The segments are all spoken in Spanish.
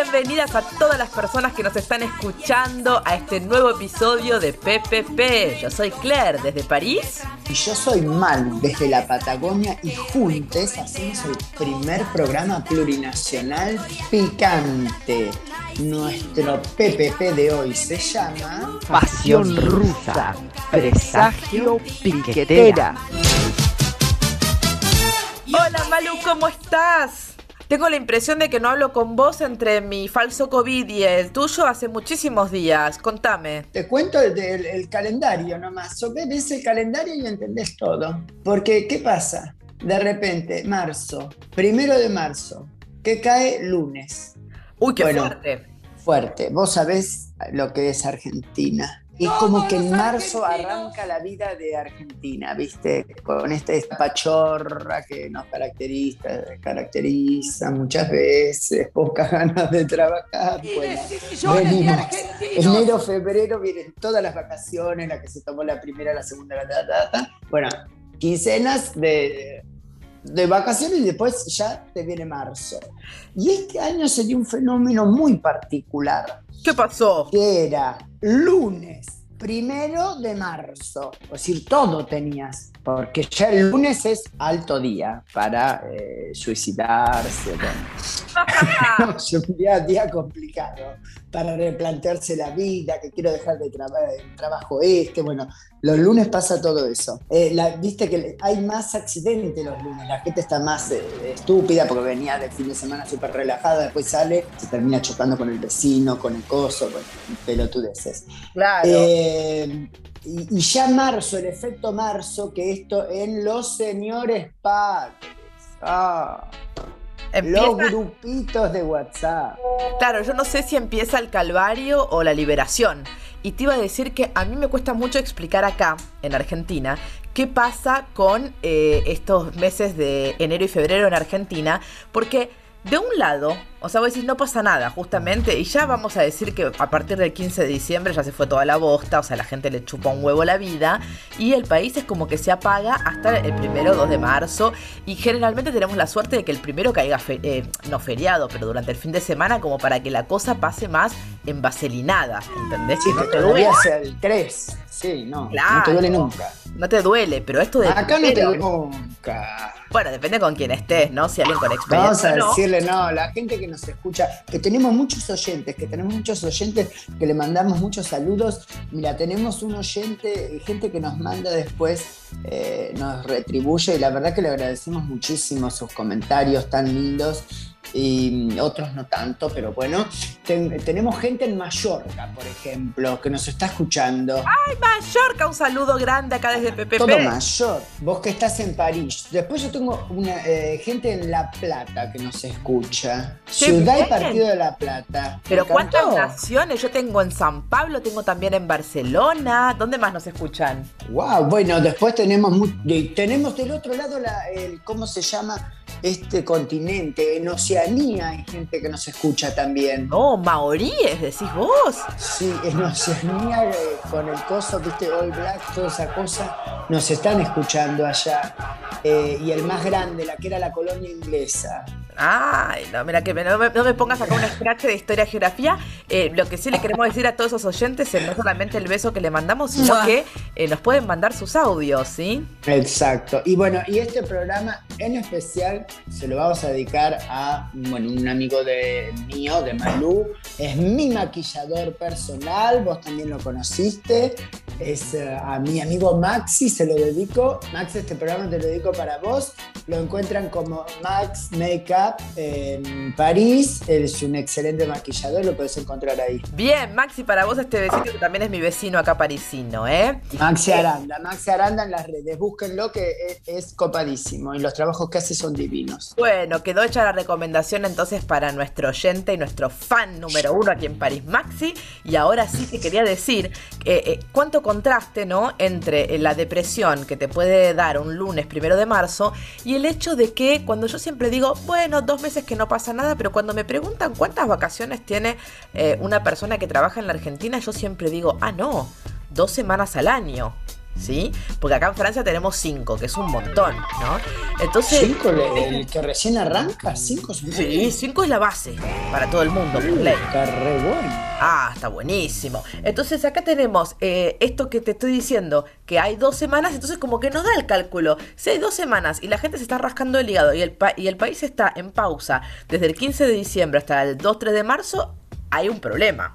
bienvenidas a todas las personas que nos están escuchando a este nuevo episodio de PPP. Yo soy Claire desde París. Y yo soy Mal desde la Patagonia y juntos hacemos el primer programa plurinacional picante. Nuestro PPP de hoy se llama Pasión Rusa, Presagio Piquetera. Hola Malu, ¿cómo estás? Tengo la impresión de que no hablo con vos entre mi falso COVID y el tuyo hace muchísimos días. Contame. Te cuento el calendario nomás. Ves el calendario y entendés todo. Porque, ¿qué pasa? De repente, marzo, 1 de marzo, que cae lunes. Uy, qué fuerte. Fuerte. Vos sabés lo que es Argentina. Es como que en marzo arranca la vida de Argentina, ¿viste? Con esta pachorra que nos caracteriza muchas veces, pocas ganas de trabajar. Bueno, venimos. Enero, febrero, vienen todas las vacaciones, la que se tomó la primera, la segunda, Bueno, quincenas de vacaciones y después ya te viene marzo. Y este año se dio un fenómeno muy particular. ¿Qué pasó? Que era lunes 1 de marzo. Es decir, todo tenías. Porque ya el lunes es alto día para suicidarse. Bueno. Es un día complicado para replantearse la vida, que quiero dejar de trabajo Bueno, los lunes pasa todo eso. Viste que hay más accidentes los lunes, la gente está más estúpida porque venía del fin de semana súper relajada, después sale, se termina chocando con el vecino, con el coso, bueno, pelotudeces. Claro. Y ya marzo, el efecto marzo, que esto en los señores padres. Los grupitos de WhatsApp. Claro, yo no sé si empieza el calvario o la liberación. Y te iba a decir que a mí me cuesta mucho explicar acá, en Argentina, qué pasa con estos meses de enero y febrero en Argentina, porque de un lado, o sea, vos decís, no pasa nada, justamente, y ya vamos a decir que a partir del 15 de diciembre ya se fue toda la bosta, o sea, la gente le chupa un huevo la vida, y el país es como que se apaga hasta el 1, 2 de marzo, y generalmente tenemos la suerte de que el primero caiga, no feriado, pero durante el fin de semana, como para que la cosa pase más envaselinada, ¿entendés? Sí, que no te duele hacia el 3, sí, no, claro, no te duele nunca. No te duele, pero esto de... Acá no te duele nunca. Bueno, depende con quién estés, ¿no? Si alguien con experiencia. Vamos a decirle, no, la gente que nos escucha, que tenemos muchos oyentes que le mandamos muchos saludos. Mira, tenemos un oyente, gente que nos manda después, nos retribuye, y la verdad que le agradecemos muchísimo sus comentarios tan lindos. Y otros no tanto, pero bueno, tenemos gente en Mallorca, por ejemplo, que nos está escuchando. ¡Ay, Mallorca! Un saludo grande acá desde PPP. Todo Mayor, vos que estás en París. Después yo tengo gente en La Plata que nos escucha. Ciudad y Partido de La Plata. Pero ¿cuántas naciones? Yo tengo en San Pablo, tengo también en Barcelona. ¿Dónde más nos escuchan? Wow, bueno, después tenemos del otro lado ¿cómo se llama? Este continente, en Oceanía hay gente que nos escucha también. No, maoríes, decís vos. Sí, en Oceanía, con el coso, viste, All Black, toda esa cosa, nos están escuchando allá. Y el más grande, la que era la colonia inglesa. Ay, no, mira, que no me pongas acá un scratch de historia y geografía. Lo que sí le queremos decir a todos esos oyentes es no solamente el beso que le mandamos, sino que nos pueden mandar sus audios, ¿sí? Exacto. Y bueno, y este programa en especial se lo vamos a dedicar a un amigo mío, de Malú. Es mi maquillador personal, vos también lo conociste. Es a mi amigo Maxi, se lo dedico. Max, este programa te lo dedico para vos. Lo encuentran como Max Makeup en París. Él es un excelente maquillador, lo podés encontrar ahí. Bien, Maxi, para vos este vecino que también es mi vecino acá parisino, ¿eh? Maxi Aranda en las redes, búsquenlo, que es copadísimo y los trabajos que hace son divinos. Bueno, quedó hecha la recomendación entonces para nuestro oyente y nuestro fan número 1 aquí en París, Maxi. Y ahora sí te quería decir cuánto contraste, ¿no?, entre la depresión que te puede dar un lunes 1 de marzo y el hecho de que cuando yo siempre digo, bueno, 2 meses que no pasa nada, pero cuando me preguntan cuántas vacaciones tiene una persona que trabaja en la Argentina, yo siempre digo, no, 2 semanas al año. ¿sí? Porque acá en Francia tenemos 5, que es un montón, ¿no? Entonces... 5, el que recién arranca, 5 es un montón. Sí, 5 es la base para todo el mundo, por ley. Está re bueno. Ah, está buenísimo. Entonces acá tenemos esto que te estoy diciendo, que hay 2 semanas, entonces como que nos da el cálculo. Si hay 2 semanas y la gente se está rascando el hígado y el país está en pausa desde el 15 de diciembre hasta el 2-3 de marzo, hay un problema.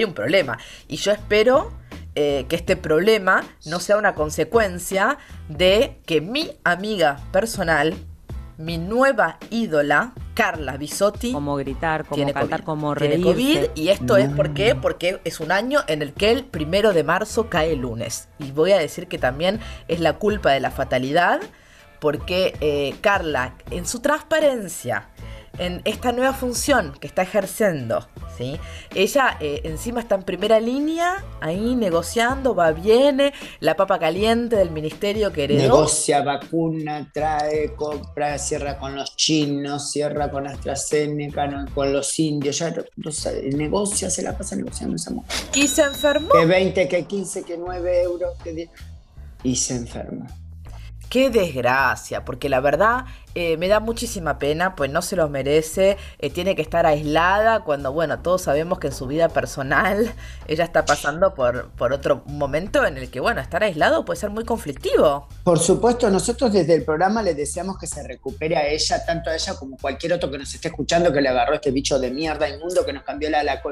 Y yo espero que este problema no sea una consecuencia de que mi amiga personal, mi nueva ídola, Carla Bisotti, como gritar, como tiene cantar, COVID. como Tiene reírse. COVID, y esto es ¿por qué? Porque es un año en el que el 1 de marzo cae el lunes. Y voy a decir que también es la culpa de la fatalidad, porque Carla, en su transparencia, en esta nueva función que está ejerciendo, ¿sí? Ella encima está en primera línea, ahí negociando, va, viene, la papa caliente del ministerio que heredó. Negocia, vacuna, trae, compra, cierra con los chinos, cierra con AstraZeneca, no, con los indios, ya negocia, se la pasa negociando esa mujer. Y se enfermó. Que 20, que 15, que 9 euros, que 10. Y se enferma. Qué desgracia, porque la verdad me da muchísima pena, pues no se lo merece, tiene que estar aislada cuando, bueno, todos sabemos que en su vida personal ella está pasando por otro momento en el que, bueno, estar aislado puede ser muy conflictivo. Por supuesto, nosotros desde el programa le deseamos que se recupere a ella, tanto a ella como cualquier otro que nos esté escuchando que le agarró este bicho de mierda inmundo que nos cambió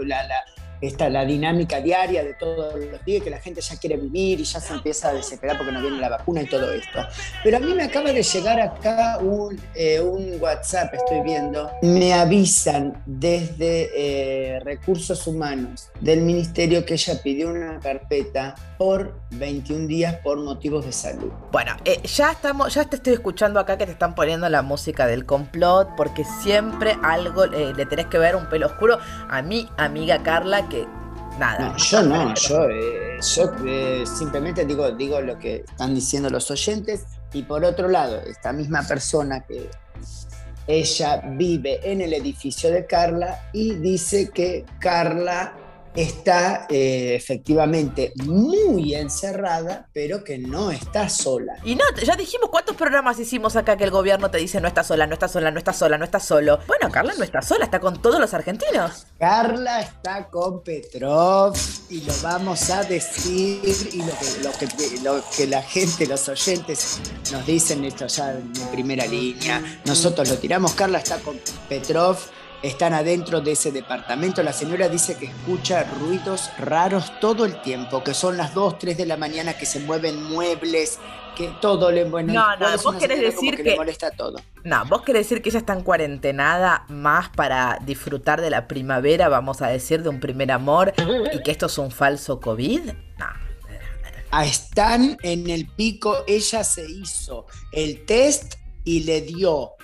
la dinámica diaria de todos los días, que la gente ya quiere vivir y ya se empieza a desesperar porque no viene la vacuna y todo esto. Pero a mí me acaba de llegar acá un WhatsApp, estoy viendo, me avisan desde Recursos Humanos del Ministerio que ella pidió una carpeta por 21 días por motivos de salud. Bueno, ya te estoy escuchando acá que te están poniendo la música del complot, porque siempre algo le tenés que ver un pelo oscuro a mi amiga Carla, que nada. No, yo simplemente digo lo que están diciendo los oyentes, y por otro lado, esta misma persona que ella vive en el edificio de Carla y dice que Carla está efectivamente muy encerrada, pero que no está sola. Y no, ya dijimos cuántos programas hicimos acá que el gobierno te dice no está sola, no está sola, no está sola, no está solo. Bueno, Carla no está sola, está con todos los argentinos. Carla está con Petrov y lo vamos a decir, y lo que la gente, los oyentes nos dicen, esto ya en primera línea, nosotros lo tiramos. Carla está con Petrov. Están adentro de ese departamento. La señora dice que escucha ruidos raros todo el tiempo, que son las 2, 3 de la mañana, que se mueven muebles, que todo le... Bueno, no, vos querés decir que le molesta todo. No, vos querés decir que ella está en cuarentenada más para disfrutar de la primavera, vamos a decir, de un primer amor, y que esto es un falso COVID. No. Están en el pico. Ella se hizo el test y le dio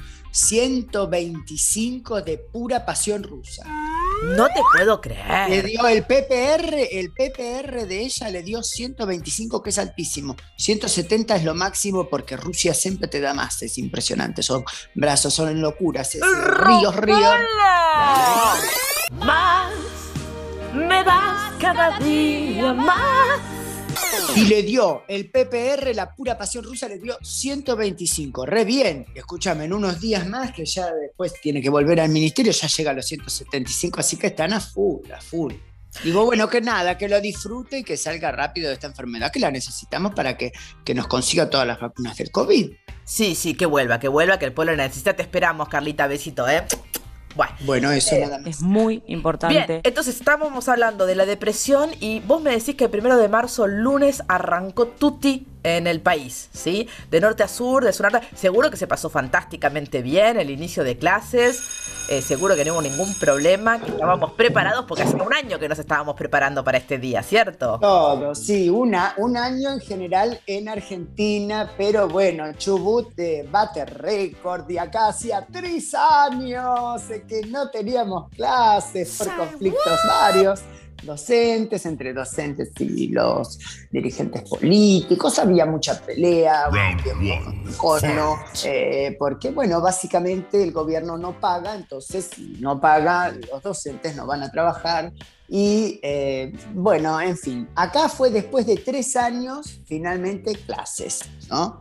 125 de pura pasión rusa. No te puedo creer. Le dio el PPR de ella le dio 125, que es altísimo. 170 es lo máximo porque Rusia siempre te da más, es impresionante. Son brazos, son en locuras, ríos. Más, me das cada día más. Y le dio el PPR, la pura pasión rusa, le dio 125. Re bien. Escúchame, en unos días más, que ya después tiene que volver al ministerio, ya llega a los 175, así que están a full. Digo, bueno, que nada, que lo disfrute y que salga rápido de esta enfermedad, que la necesitamos para que nos consiga todas las vacunas del COVID. Sí, que vuelva, que el pueblo la necesita. Te esperamos, Carlita, besito, ¿eh? Bueno, eso nada más. Es muy importante. Bien, entonces estábamos hablando de la depresión y vos me decís que el 1 de marzo, lunes, arrancó tutti en el país, ¿sí? De norte a sur, de sur a norte. Seguro que se pasó fantásticamente bien el inicio de clases, seguro que no hubo ningún problema, que estábamos preparados porque hace un año que nos estábamos preparando para este día, ¿cierto? Todo, sí, un año en general en Argentina, pero bueno, Chubut bate récord y acá hacía 3 años que no teníamos clases por conflictos varios. docentes, entre docentes y los dirigentes políticos, había mucha pelea, porque bueno, básicamente el gobierno no paga, entonces si no paga, los docentes no van a trabajar. Y bueno, en fin, acá fue después de 3 años, finalmente clases, ¿no?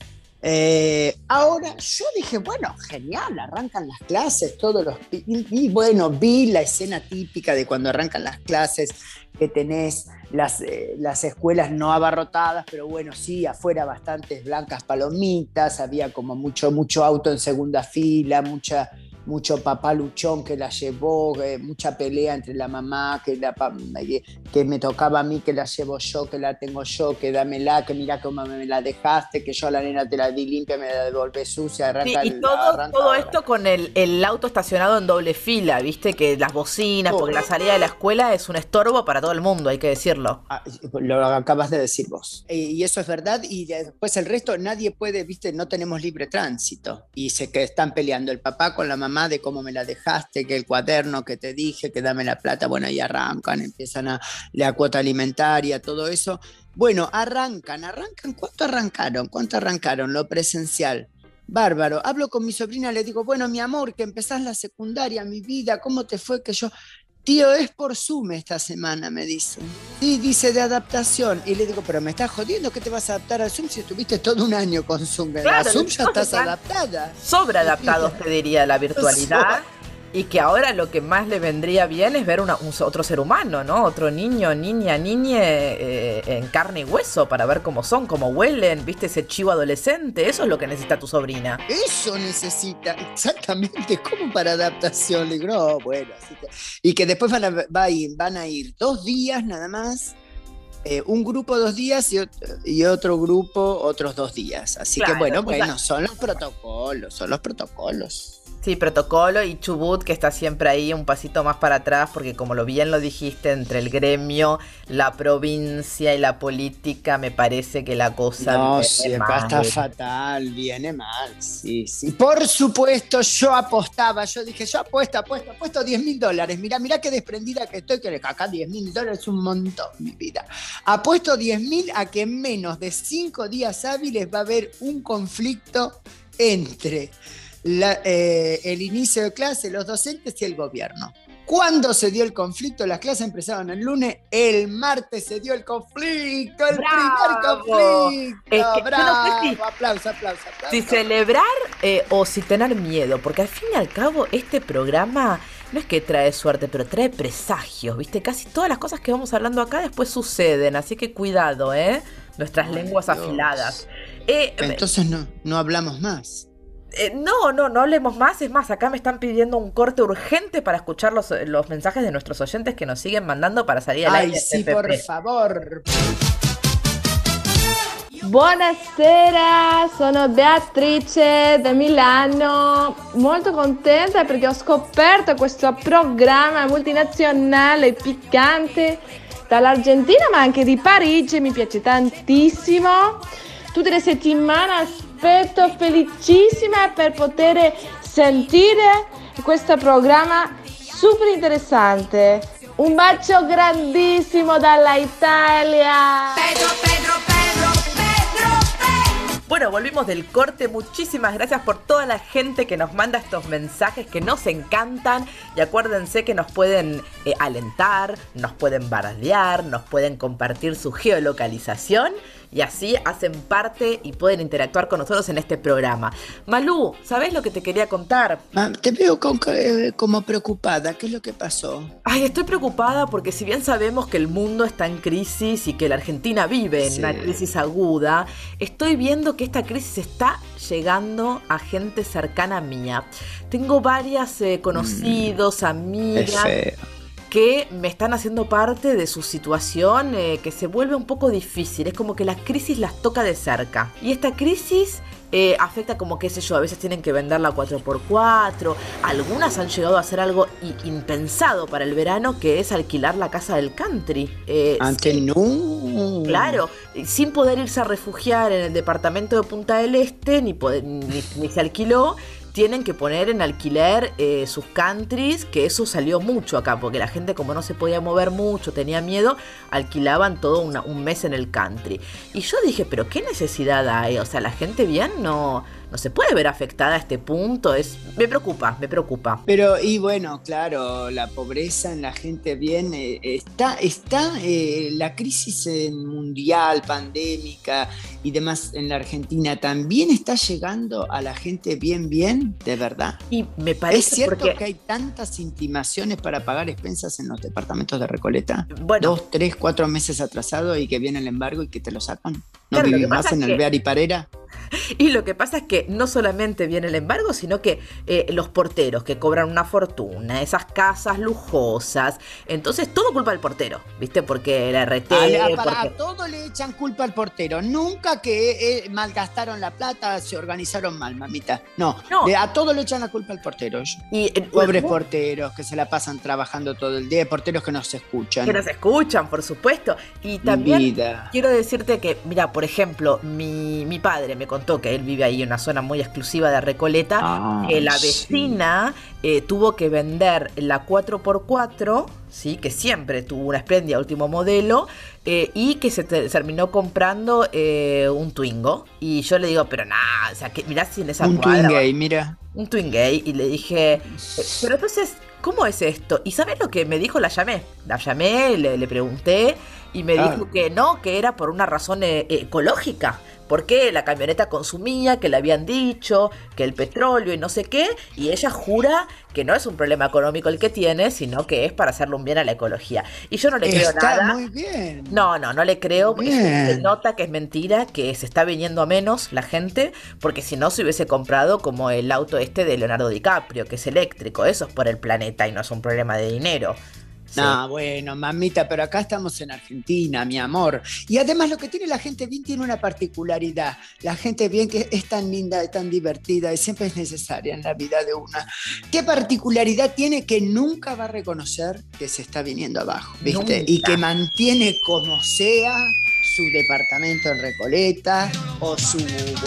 Ahora yo dije, bueno, genial, arrancan las clases, y bueno, vi la escena típica de cuando arrancan las clases, que tenés las escuelas no abarrotadas, pero bueno, sí, afuera bastantes blancas palomitas, había como mucho auto en segunda fila, mucho papá luchón que la llevó, mucha pelea entre la mamá, que me tocaba a mí, que la llevo yo, que la tengo yo, que dámela, que mira cómo me la dejaste, que yo a la nena te la di limpia, me la devolvé sucia, arranca. Sí, y todo esto con el auto estacionado en doble fila, viste, que las bocinas, porque la salida de la escuela es un estorbo para todo el mundo, hay que decirlo. Lo acabas de decir vos. Y eso es verdad, y después el resto, nadie puede, viste, no tenemos libre tránsito, y que están peleando el papá con la mamá de cómo me la dejaste, que el cuaderno que te dije, que dame la plata, bueno, y empiezan la cuota alimentaria, todo eso. Bueno, arrancan, ¿cuánto arrancaron? Lo presencial. Bárbaro, hablo con mi sobrina, le digo, bueno, mi amor, que empezás la secundaria, mi vida, ¿cómo te fue? Que yo, tío, es por Zoom esta semana, me dice. Sí, dice de adaptación. Y le digo, pero me estás jodiendo, ¿qué te vas a adaptar al Zoom si estuviste todo un año con Zoom? Claro, a Zoom ya estás adaptada. Sobreadaptados, te diría, la virtualidad. Y que ahora lo que más le vendría bien es ver otro ser humano, ¿no? Otro niño, niña, en carne y hueso para ver cómo son, cómo huelen, ¿viste? Ese chivo adolescente, eso es lo que necesita tu sobrina. Eso necesita, exactamente, como para adaptación. Le digo, no, bueno, así que... Y que después van a ir 2 días nada más, un grupo 2 días y otro grupo otros 2 días. Así claro, que bueno, son los protocolos. Sí, protocolo y Chubut, que está siempre ahí un pasito más para atrás, porque como bien lo dijiste, entre el gremio, la provincia y la política, me parece que la cosa no, sí, acá está fatal, viene mal, sí. Por supuesto, yo apostaba, yo dije, yo apuesto $10.000, mirá qué desprendida que estoy, que acá $10.000 es un montón, mi vida. Apuesto 10.000 a que en menos de 5 días hábiles va a haber un conflicto entre el inicio de clase, los docentes y el gobierno. ¿Cuándo se dio el conflicto? Las clases empezaron el lunes, el martes se dio el conflicto, el primer conflicto. ¡Bravo! No sé aplauso. Si celebrar o si tener miedo, porque al fin y al cabo este programa no es que trae suerte, pero trae presagios, ¿viste? Casi todas las cosas que vamos hablando acá después suceden, así que cuidado, nuestras lenguas Dios. Afiladas. Entonces no hablamos más. No hablemos más. Es más, acá me están pidiendo un corte urgente para escuchar los mensajes de nuestros oyentes que nos siguen mandando para salir al aire. Ay, sí, por favor. Buonasera, sono Beatrice da Milano, molto contenta perché ho scoperto questo programma multinazionale piccante dall'Argentina ma anche di Parigi, mi piace tantissimo. Tutte le settimane aspetto felicissima per poter sentire questo programma super interessante. Un bacio grandissimo dalla Italia. Pedro. Bueno, volvimos del corte. Muchísimas gracias por toda la gente que nos manda estos mensajes que nos encantan. Y acuérdense que nos pueden alentar, nos pueden bardear, nos pueden compartir su geolocalización. Y así hacen parte y pueden interactuar con nosotros en este programa. Malú, ¿sabés lo que te quería contar? Te veo como preocupada. ¿Qué es lo que pasó? Ay, estoy preocupada porque si bien sabemos que el mundo está en crisis y que la Argentina vive en una crisis aguda, estoy viendo que esta crisis está llegando a gente cercana mía. Tengo varias conocidos, amigas que me están haciendo parte de su situación que se vuelve un poco difícil. Es como que la crisis las toca de cerca. Y esta crisis afecta como, qué sé yo, a veces tienen que vender la 4x4. Algunas han llegado a hacer algo impensado para el verano, que es alquilar la casa del country. Antes no. Claro, sin poder irse a refugiar en el departamento de Punta del Este, ni se alquiló. tienen que poner en alquiler sus countries, que eso salió mucho acá, porque la gente como no se podía mover mucho, tenía miedo, alquilaban todo un mes en el country. Y yo dije, pero ¿qué necesidad hay? O sea, la gente bien no se puede ver afectada a este punto. Me preocupa. Pero, y bueno, claro, la pobreza en la gente bien, está la crisis mundial, pandémica y demás en la Argentina, ¿también está llegando a la gente bien, de verdad? Y me parece, ¿es cierto que hay tantas intimaciones para pagar expensas en los departamentos de Recoleta? Bueno, 2, 3, 4 meses atrasados y que viene el embargo y que te lo sacan. ¿No claro, vivís más en Alvear y Parera? Y lo que pasa es que no solamente viene el embargo, sino que los porteros que cobran una fortuna, esas casas lujosas, entonces todo culpa del portero, ¿viste? Porque la RT... A todo le echan culpa al portero. Nunca que malgastaron la plata, se organizaron mal, mamita. No. A todo le echan la culpa al portero. Pobres porteros que se la pasan trabajando todo el día, porteros que no se escuchan. Que nos escuchan, por supuesto. Y también quiero decirte que, mira, por ejemplo, mi padre me contó que él vive ahí en una zona muy exclusiva de Recoleta, que la vecina tuvo que vender la 4x4, ¿sí? Que siempre tuvo una espléndida último modelo, y que se terminó comprando un Twingo. Y yo le digo, pero nada, o sea, que mirá si en esa cuadra... Un Twingay, mira. Un Twingay, y le dije, pero entonces, ¿cómo es esto? ¿Y sabes lo que me dijo? La llamé, le pregunté, y me dijo que no, que era por una razón ecológica. Porque la camioneta consumía, que le habían dicho, que el petróleo y no sé qué, y ella jura que no es un problema económico el que tiene, sino que es para hacerle un bien a la ecología. Y yo no le creo nada. Está muy bien. No le creo. Se nota que es mentira, que se está viniendo a menos la gente, porque si no se hubiese comprado como el auto de Leonardo DiCaprio, que es eléctrico. Eso es por el planeta y no es un problema de dinero. Sí. No, bueno, mamita, pero acá estamos en Argentina, mi amor. Y además lo que tiene la gente bien tiene una particularidad. La gente bien que es tan linda, es tan divertida y siempre es necesaria en la vida de una. ¿Qué particularidad tiene? Que nunca va a reconocer que se está viniendo abajo, ¿viste? Nunca. Y que mantiene como sea su departamento en Recoleta o su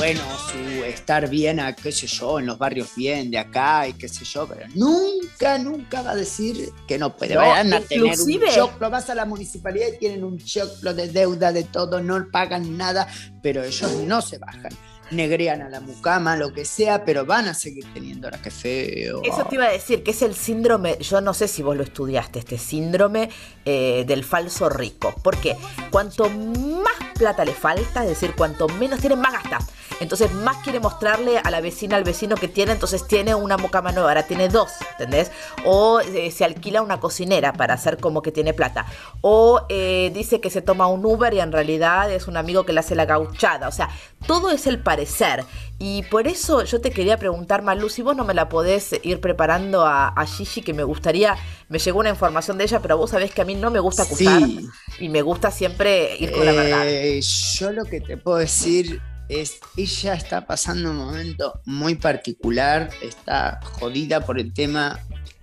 estar bien, qué sé yo, en los barrios bien de acá y qué sé yo, pero nunca va a decir que no puede. Van a tener un choclo, vas a la municipalidad y tienen un choclo de deuda de todo, no pagan nada, pero ellos no se bajan. Negrean a la mucama, lo que sea, pero van a seguir teniendo. Qué feo. Eso te iba a decir, que es el síndrome, yo no sé si vos lo estudiaste, este síndrome del falso rico. Porque cuanto más plata le falta, es decir, cuanto menos tiene, más gasta. Entonces más quiere mostrarle a la vecina, al vecino que tiene, entonces tiene una mucama nueva, ahora tiene 2, ¿entendés? O se alquila una cocinera para hacer como que tiene plata. O dice que se toma un Uber y en realidad es un amigo que le hace la gauchada. O sea, todo es el parecer. Y por eso yo te quería preguntar, Malu, si vos no me la podés ir preparando a Gigi, que me gustaría, me llegó una información de ella, pero vos sabés que a mí no me gusta acusar, y me gusta siempre ir con la verdad. Yo lo que te puedo decir es, ella está pasando un momento muy particular, está jodida por el tema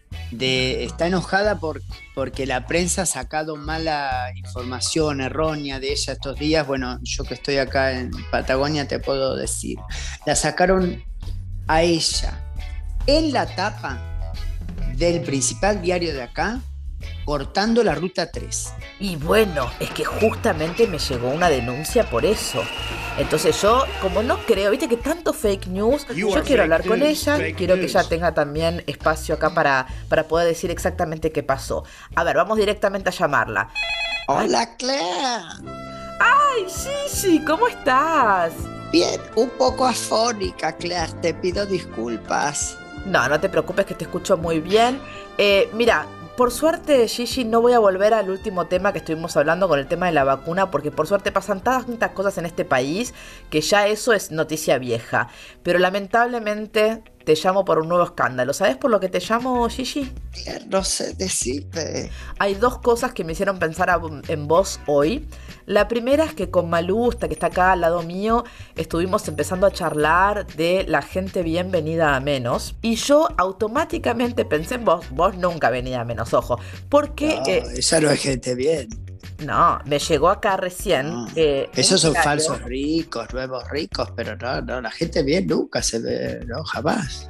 está enojada porque la prensa ha sacado mala información errónea de ella estos días. Bueno, yo que estoy acá en Patagonia te puedo decir, la sacaron a ella en la tapa del principal diario de acá, cortando la ruta 3. Y bueno, es que justamente me llegó una denuncia por eso. Entonces yo, como no creo, viste que tanto fake news, yo quiero hablar con ella, quiero que ella tenga también espacio acá para poder decir exactamente qué pasó. A ver, vamos directamente a llamarla. Hola, Claire. ¡Ay, Gigi! ¿Cómo estás? Bien, un poco afónica, Claire, te pido disculpas. No te preocupes, que te escucho muy bien. Mira, por suerte, Gigi, no voy a volver al último tema que estuvimos hablando con el tema de la vacuna, porque por suerte pasan tantas cosas en este país que ya eso es noticia vieja. Pero lamentablemente te llamo por un nuevo escándalo. ¿Sabes por lo que te llamo, Gigi? No sé decirte. Hay 2 cosas que me hicieron pensar en vos hoy. La primera es que con Malú, que está acá al lado mío, estuvimos empezando a charlar de la gente bienvenida a menos. Y yo automáticamente pensé en vos. Vos nunca venida a menos, ojo. Porque... No, esa no es gente bien. No, me llegó acá recién. No, esos son falsos ricos, nuevos ricos, pero no, la gente bien nunca se ve, no, jamás.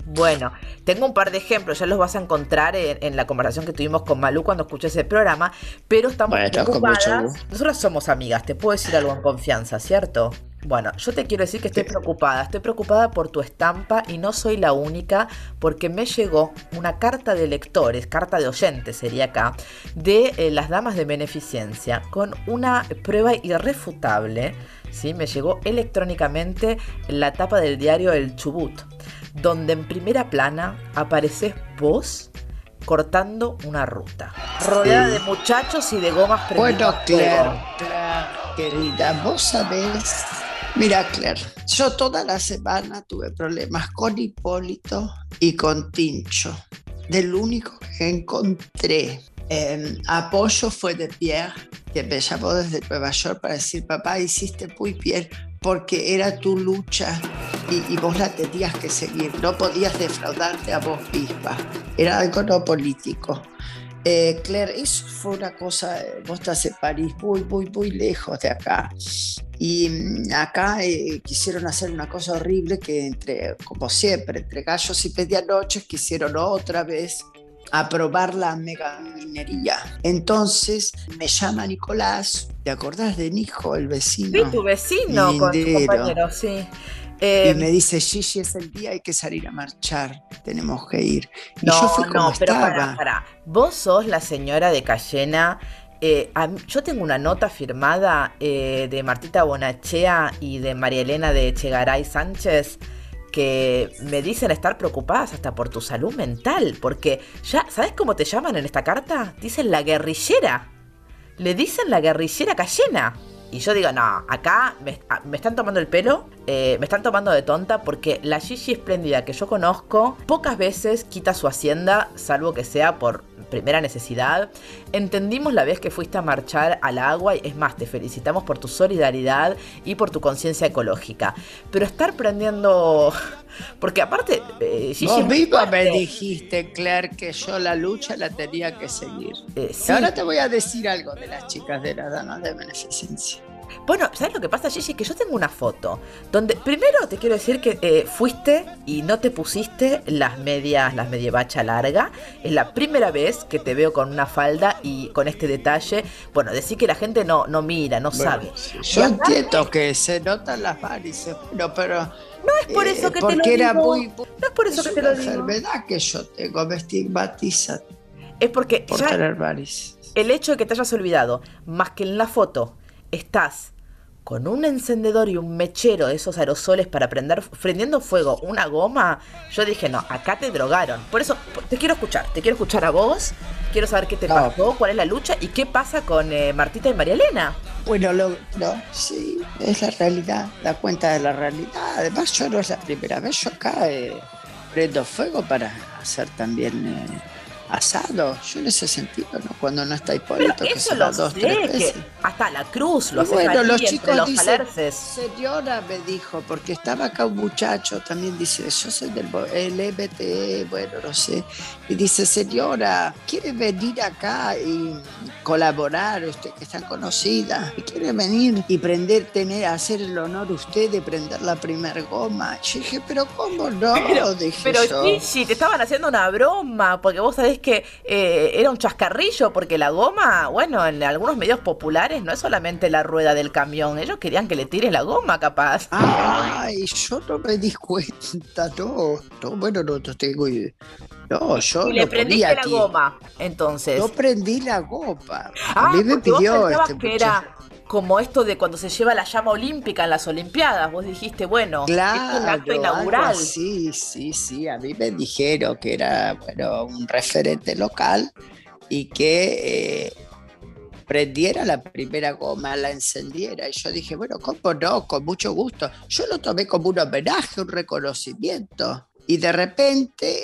Bueno, tengo un par de ejemplos, ya los vas a encontrar en la conversación que tuvimos con Malú cuando escuché ese programa, pero estamos preocupadas. Nosotras somos amigas, te puedo decir algo en confianza, ¿cierto? Bueno, yo te quiero decir que estoy preocupada por tu estampa y no soy la única porque me llegó una carta de lectores, carta de oyentes sería acá, de las damas de beneficencia con una prueba irrefutable, ¿sí? Me llegó electrónicamente en la tapa del diario El Chubut, donde en primera plana apareces vos cortando una ruta, rodeada de muchachos y de gomas prendidas. Bueno, Claire, querida, vos sabés. Mira, Claire, yo toda la semana tuve problemas con Hipólito y con Tincho. Del único que encontré apoyo fue de Pierre, que me llamó desde Nueva York para decir: papá, hiciste muy bien, porque era tu lucha y vos la tenías que seguir. No podías defraudarte a vos misma. Era algo no político. Claire, eso fue una cosa. Vos estás en París, muy, muy, muy lejos de acá. Y acá quisieron hacer una cosa horrible que, como siempre, entre gallos y medianoches, quisieron otra vez aprobar la megaminería. Entonces me llama Nicolás, ¿te acordás de Nico, el vecino? Sí, tu vecino con tu compañero, sí. Y me dice: Gigi, es el día, hay que salir a marchar, tenemos que ir. Y no, yo fui como pero estaba. Pará. Vos sos la señora de Cayena. Yo tengo una nota firmada de Martita Bonachea y de María Elena de Echegaray Sánchez que me dicen estar preocupadas hasta por tu salud mental, porque ya, ¿sabes cómo te llaman en esta carta? Dicen la guerrillera. Le dicen la guerrillera Cayena. Y yo digo, no, acá me están tomando el pelo, me están tomando de tonta, porque la Gigi espléndida que yo conozco pocas veces quita su hacienda, salvo que sea por primera necesidad. Entendimos la vez que fuiste a marchar al agua, y es más, te felicitamos por tu solidaridad y por tu conciencia ecológica. Pero estar prendiendo... Porque aparte... Gigi, vos misma me dijiste, Claire, que yo la lucha la tenía que seguir. Sí. Ahora te voy a decir algo de las chicas de la Dama de Beneficencia. Bueno, ¿sabes lo que pasa, Gigi? Que yo tengo una foto donde, primero te quiero decir que fuiste y no te pusiste las medievacha larga. Es la primera vez que te veo con una falda y con este detalle. Bueno, decir que la gente no mira, no sabe. Yo entiendo que se notan las varices, pero... No es por eso que te lo digo. No es por eso que te lo digo. Es una enfermedad que yo tengo, me estigmatiza. Es porque por tener varices. El hecho de que te hayas olvidado, más que en la foto estás con un encendedor y un mechero de esos aerosoles para prendiendo fuego una goma, yo dije, no, acá te drogaron. Por eso te quiero escuchar a vos, quiero saber qué te pasó, cuál es la lucha y qué pasa con Martita y María Elena. Bueno, sí, es la realidad, da cuenta de la realidad. Además, yo no es la primera vez, yo acá prendo fuego para hacer también... asado, yo en ese sentido, ¿no? Cuando no está Hipólito, que se da 2, 3 veces. Hasta la cruz lo hace. Bueno, los chicos los dicen, señora, me dijo, porque estaba acá un muchacho, también dice, yo soy del LBT, bueno, no sé, y dice, señora, ¿quiere venir acá y colaborar, usted que es tan conocida? ¿Quiere venir y hacer el honor usted de prender la primer goma? Yo dije, pero ¿cómo no? Pero sí, te estaban haciendo una broma, porque vos sabés que era un chascarrillo, porque la goma, bueno, en algunos medios populares no es solamente la rueda del camión, ellos querían que le tires la goma, capaz. Ay, yo no me di cuenta, no, bueno, no tengo idea. No, yo y le prendiste la goma, entonces. Yo prendí la goma. A mí me pidió que era como esto de cuando se lleva la llama olímpica en las Olimpiadas. Vos dijiste, bueno, claro, es un acto inaugural. Sí, a mí me dijeron que era, bueno, un referente local y que prendiera la primera goma, la encendiera. Y yo dije, bueno, ¿cómo no? Con mucho gusto. Yo lo tomé como un homenaje, un reconocimiento. Y de repente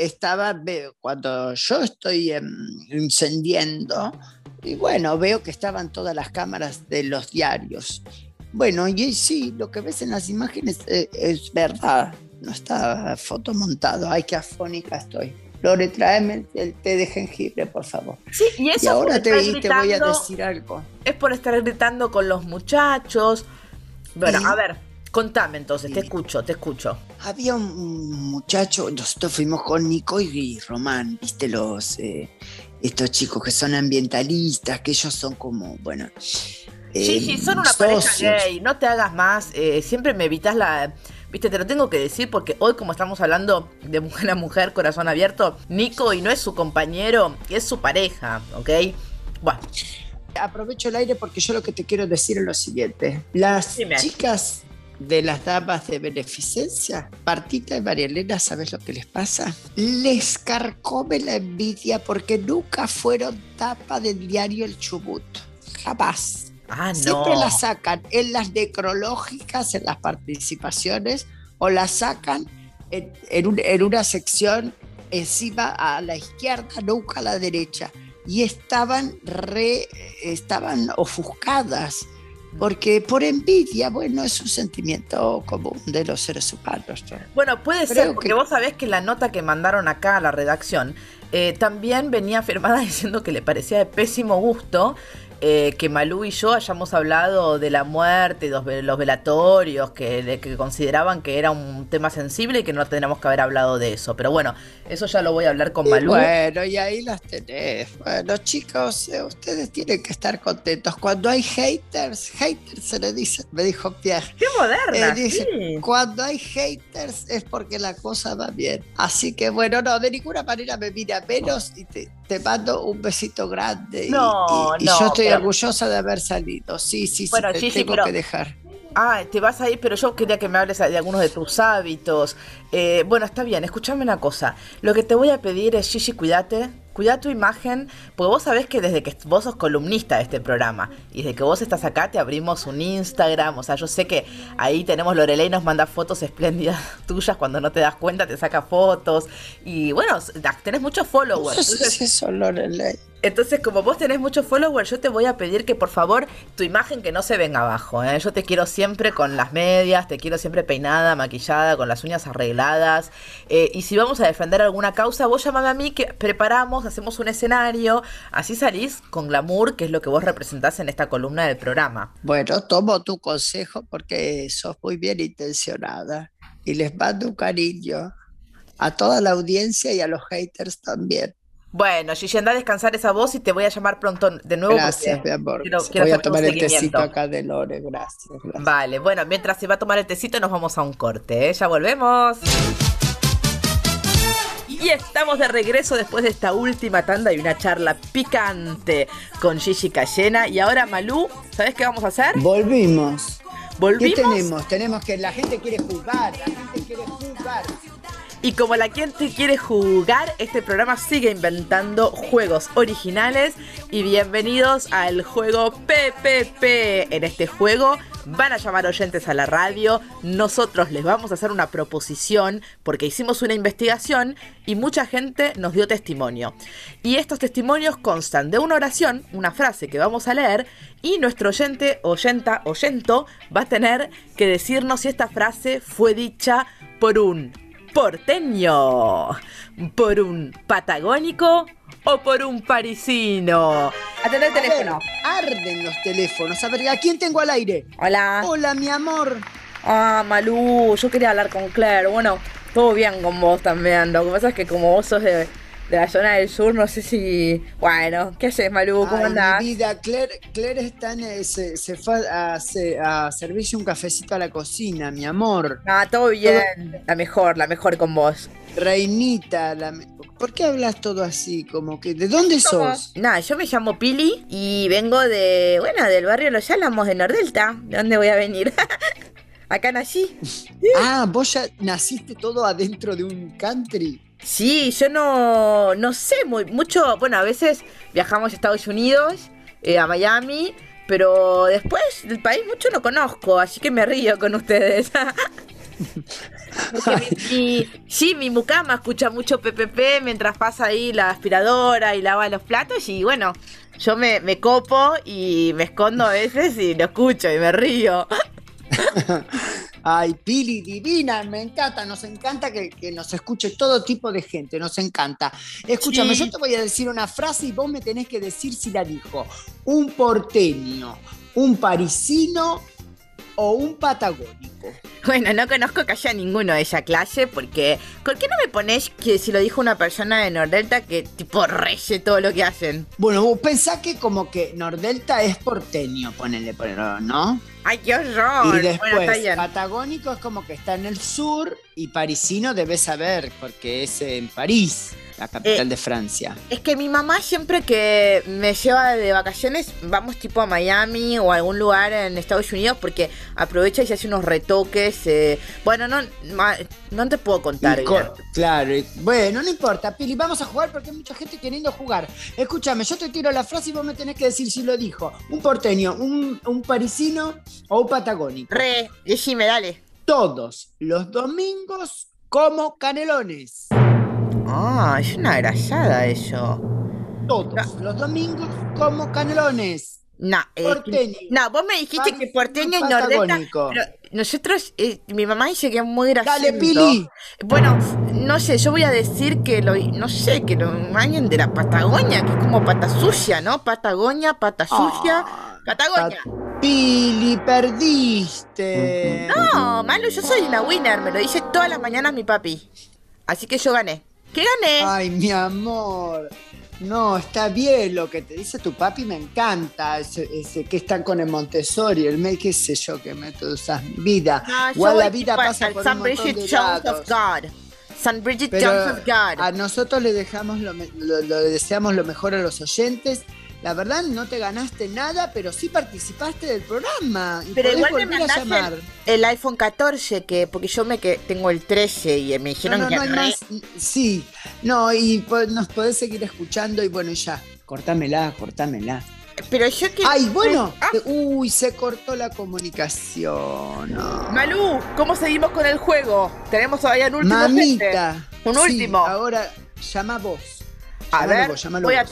cuando yo estoy encendiendo, y bueno, veo que estaban todas las cámaras de los diarios. Bueno, y sí, lo que ves en las imágenes es verdad, no está fotomontado. Ay, qué afónica estoy. Lore, tráeme el té de jengibre, por favor. Sí, y eso y ahora te voy a decir algo. Es por estar gritando con los muchachos. Bueno, a ver, Contame entonces, te Sí. escucho, te escucho. Había un muchacho, nosotros fuimos con Nico y Román, viste estos chicos que son ambientalistas, que ellos son como, bueno, Sí, son una pareja socios. gay, no te hagas más, siempre me evitas la... Viste, te lo tengo que decir porque hoy como estamos hablando de mujer a mujer, corazón abierto, Nico y no es su compañero, es su pareja, ¿ok? Bueno, Aprovecho el aire porque yo lo que te quiero decir es lo siguiente. Las dime. chicas de las damas de beneficencia, Martita y María Elena, ¿sabes lo que les pasa? Les carcome la envidia porque nunca fueron tapa del diario El Chubut. Jamás. Ah, Siempre no. las sacan en las necrológicas, en las participaciones, o las sacan en una sección encima a la izquierda, nunca a la derecha. Y estaban ofuscadas, porque por envidia, bueno, es un sentimiento común de los seres humanos, ¿no? Bueno, puede Creo ser, porque que- vos sabés que la nota que mandaron acá a la redacción también venía firmada diciendo que le parecía de pésimo gusto que Malú y yo hayamos hablado de la muerte, los velatorios, que consideraban que era un tema sensible y que no tendríamos que haber hablado de eso. Pero bueno, eso ya lo voy a hablar con Y Malú. bueno, y ahí las tenés. Bueno, chicos, ustedes tienen que estar contentos. Cuando hay haters se le dice, me dijo Pierre. ¡Qué moderna! Dice, Sí. cuando hay haters es porque la cosa va bien. Así que bueno, no, de ninguna manera me mira menos y te mando un besito grande. No, y no, yo estoy pero- orgullosa de haber salido. Sí, Bueno, te Gigi, tengo pero- que dejar. Ah, te vas a ir, pero yo quería que me hables de algunos de tus hábitos. Bueno, está bien, escúchame una cosa. Lo que te voy a pedir es, Gigi, cuídate. Cuida tu imagen, porque vos sabés que desde que vos sos columnista de este programa y desde que vos estás acá te abrimos un Instagram, o sea, yo sé que ahí tenemos Lorelei nos manda fotos espléndidas tuyas cuando no te das cuenta, te saca fotos y bueno, tenés muchos followers. No sé si eso, Lorelei. Entonces, como vos tenés muchos followers, yo te voy a pedir que por favor tu imagen que no se venga abajo, ¿eh? Yo te quiero siempre con las medias, te quiero siempre peinada, maquillada, con las uñas arregladas. Y si vamos a defender alguna causa, vos llamame a mí que preparamos, hacemos un escenario, así salís con glamour, que es lo que vos representás en esta columna del programa. Bueno, tomo tu consejo porque sos muy bien intencionada y les mando un cariño a toda la audiencia y a los haters también. Bueno, Gigi, anda a descansar esa voz y te voy a llamar pronto de nuevo. Gracias, porque mi amor. quiero Voy a hacer un tomar el tecito seguimiento. acá de Lore. Gracias. Vale, bueno, mientras se va a tomar el tecito nos vamos a un corte, ¿eh? Ya volvemos. Y estamos de regreso después de esta última tanda y una charla picante con Gigi Cayena. Y ahora, Malú, ¿sabes qué vamos a hacer? Volvimos. ¿Qué ¿Volvimos? tenemos? Tenemos que la gente quiere jugar. La gente quiere jugar. Y como la gente quiere jugar, este programa sigue inventando juegos originales. Y bienvenidos al juego PPP. En este juego van a llamar oyentes a la radio. Nosotros les vamos a hacer una proposición porque hicimos una investigación y mucha gente nos dio testimonio. Y estos testimonios constan de una oración, una frase que vamos a leer, y nuestro oyente, oyento, va a tener que decirnos si esta frase fue dicha por un porteño, por un patagónico o por un parisino. Atendé el teléfono. Arden los teléfonos. A ver, ¿a quién tengo al aire? Hola. Hola, mi amor. Ah, Malú, yo quería hablar con Claire. Bueno, todo bien con vos también. Lo que pasa es que como vos sos de la zona del sur, no sé si... Bueno, ¿qué haces, Malú? ¿Cómo Ay, andás? mi vida, Claire está se fue a servirse un cafecito a la cocina, mi amor. Ah, todo bien. La mejor con vos. Reinita, ¿por qué hablas todo así? Como que, ¿de dónde sos? Nada, yo me llamo Pili y vengo del barrio Los Álamos de Nordelta. ¿De dónde voy a venir? Acá nací. Ah, vos ya naciste todo adentro de un country. Sí, yo no sé mucho. Bueno, a veces viajamos a Estados Unidos, a Miami, pero después del país mucho no conozco, así que me río con ustedes. Porque mi mucama escucha mucho PPP mientras pasa ahí la aspiradora y lava los platos y bueno, yo me copo y me escondo a veces y lo escucho y me río. Ay, Pili, divina, me encanta, nos encanta que nos escuche todo tipo de gente, nos encanta. Escúchame, Sí. yo te voy a decir una frase y vos me tenés que decir si la dijo un porteño, un parisino o un patagónico? Bueno, no conozco que haya ninguno de esa clase porque... ¿Por qué no me ponés que si lo dijo una persona de Nordelta que tipo reye todo lo que hacen? Bueno, vos pensá que como que Nordelta es porteño, ponele, ¿no? ¡Ay, qué horror! Y después, Bueno, está bien. patagónico es como que está en el sur y parisino debes saber porque es en París, la capital de Francia. Es que mi mamá siempre que me lleva de vacaciones, vamos tipo a Miami o a algún lugar en Estados Unidos porque aprovecha y se hace unos retoques. Bueno, no te puedo contar. Claro, bueno, no importa, Pili, vamos a jugar porque hay mucha gente queriendo jugar. Escúchame, yo te tiro la frase y vos me tenés que decir si lo dijo un porteño, un parisino o un patagónico. Decime, dale. Todos los domingos como canelones. Ah, es una grasada eso. Todos los domingos como canelones. No, porteño. No, vos me dijiste que porteño y Nordelta. Pero nosotros, mi mamá dice que es muy gracioso. Dale, Pili. Bueno, no sé, yo voy a decir que alguien de la Patagonia, que es como pata sucia, ¿no? Patagonia, pata sucia, Patagonia. Pili, perdiste. No, Malu, yo soy una winner, me lo dice todas las mañanas mi papi. Así que yo gané. ¿Qué gané? Ay, mi amor. No, está bien lo que te dice tu papi, me encanta. Ese que están con el Montessori, qué sé yo, qué método usas mi vida. No, igual la vida pasa por un montón de lados. San Bridget Pero Jones of God. A nosotros le dejamos le deseamos lo mejor a los oyentes. La verdad no te ganaste nada, pero sí participaste del programa. Y pero igual volver me a llamar. El iPhone 14, porque yo tengo el 13 y me dijeron que... No hay más. Sí, no, y nos podés seguir escuchando y bueno, ya, cortámela. Pero yo que... Ay, bueno, uy, se cortó la comunicación. No. Malú, ¿cómo seguimos con el juego? Tenemos todavía un último. Mamita. Gente. Un último. Ahora, llama vos. A ver, voy a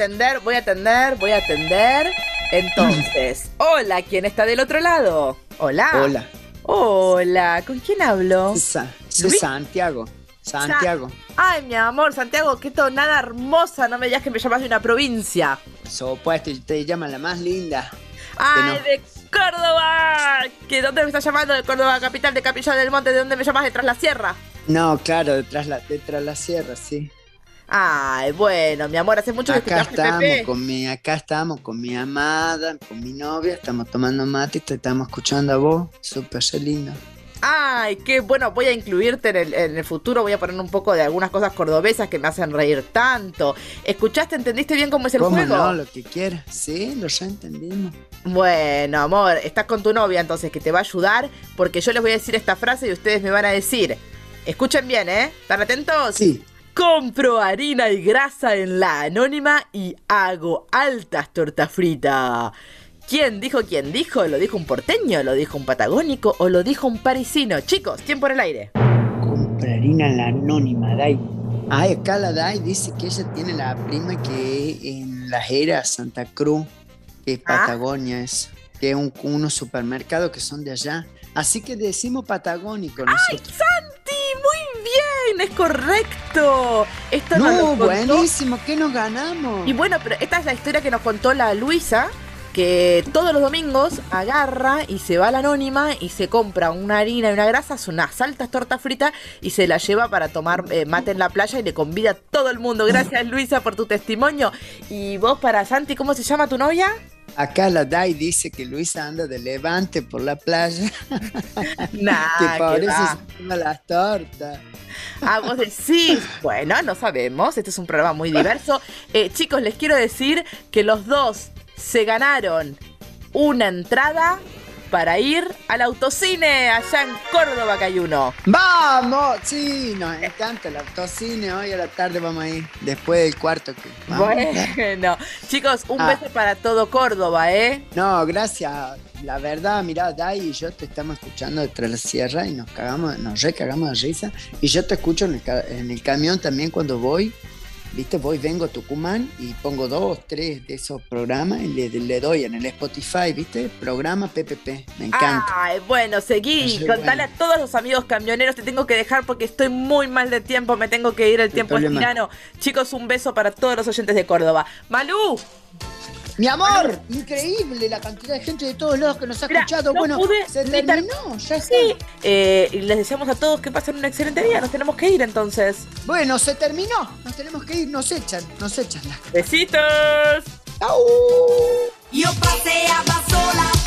atender. Entonces, hola, ¿quién está del otro lado? Hola. Hola, ¿con quién hablo? Santiago. Ay, mi amor, Santiago, qué tonada hermosa. No me digas que me llamas de una provincia. Supuesto, te llaman la más linda. Ay, de Córdoba. ¿De dónde me estás llamando? ¿De Córdoba capital, de Capilla del Monte? ¿De dónde me llamas? ¿De Tras la Sierra? No, claro, de Tras la Sierra, sí. Ay, bueno, mi amor, hace mucho que escuchaste Pepe. Acá estamos con mi amada, con mi novia, estamos tomando mate y te estamos escuchando a vos, súper lindo. Ay, qué bueno, voy a incluirte en el futuro, voy a poner un poco de algunas cosas cordobesas que me hacen reír tanto. ¿Escuchaste, entendiste bien cómo es el juego? No, lo que quieras, sí, lo ya entendimos. Bueno, amor, estás con tu novia entonces que te va a ayudar porque yo les voy a decir esta frase y ustedes me van a decir. Escuchen bien, ¿Están atentos? Sí. Compro harina y grasa en La Anónima y hago altas tortas fritas. ¿Quién dijo? ¿Lo dijo un porteño? ¿Lo dijo un patagónico? ¿O lo dijo un parisino? Chicos, tiempo en el aire. Compro harina en La Anónima, Dai. Ay, acá la Dai dice que ella tiene la prima que en Las Heras, Santa Cruz, que es Patagonia, eso. Que es unos supermercados que son de allá. Así que decimos patagónico nosotros. ¡Ay, Santi! ¡Muy bien! ¡Es correcto! Esto no, buenísimo, ¿qué nos ganamos? Y bueno, pero esta es la historia que nos contó la Luisa, que todos los domingos agarra y se va a La Anónima y se compra una harina y una grasa, son unas altas tortas fritas y se la lleva para tomar mate en la playa y le convida a todo el mundo. Gracias, Luisa, por tu testimonio. Y vos, para Santi, ¿cómo se llama tu novia? Acá la Dai dice que Luisa anda de levante por la playa. Nah, que por eso se toma las tortas. Ah, vos decís. Bueno, no sabemos. Este es un programa muy diverso. Chicos, les quiero decir que los dos se ganaron una entrada para ir al autocine allá en Córdoba, que hay uno. ¡Vamos! Sí, nos encanta el autocine. Hoy a la tarde vamos a ir, después del cuarto. Bueno, chicos, un beso para todo Córdoba, No, gracias. La verdad, mirá, Dai y yo te estamos escuchando detrás de la sierra y nos recagamos de risa. Y yo te escucho en el camión también cuando voy. ¿Viste? Vengo a Tucumán y pongo 2, 3 de esos programas y le doy en el Spotify, ¿viste? Programa PPP, me encanta. Ay, bueno, seguí, contale a todos los amigos camioneros, te tengo que dejar porque estoy muy mal de tiempo, me tengo que ir, el tiempo es tirano. Chicos, un beso para todos los oyentes de Córdoba. ¡Malú! Mi amor, increíble la cantidad de gente de todos lados que nos ha escuchado. No bueno, pude se ni terminó, ya está. Sí. Y les deseamos a todos que pasen un excelente día. Nos tenemos que ir entonces. Bueno, se terminó. Nos tenemos que ir, nos echan. Besitos. ¡Chau! Io passeava sola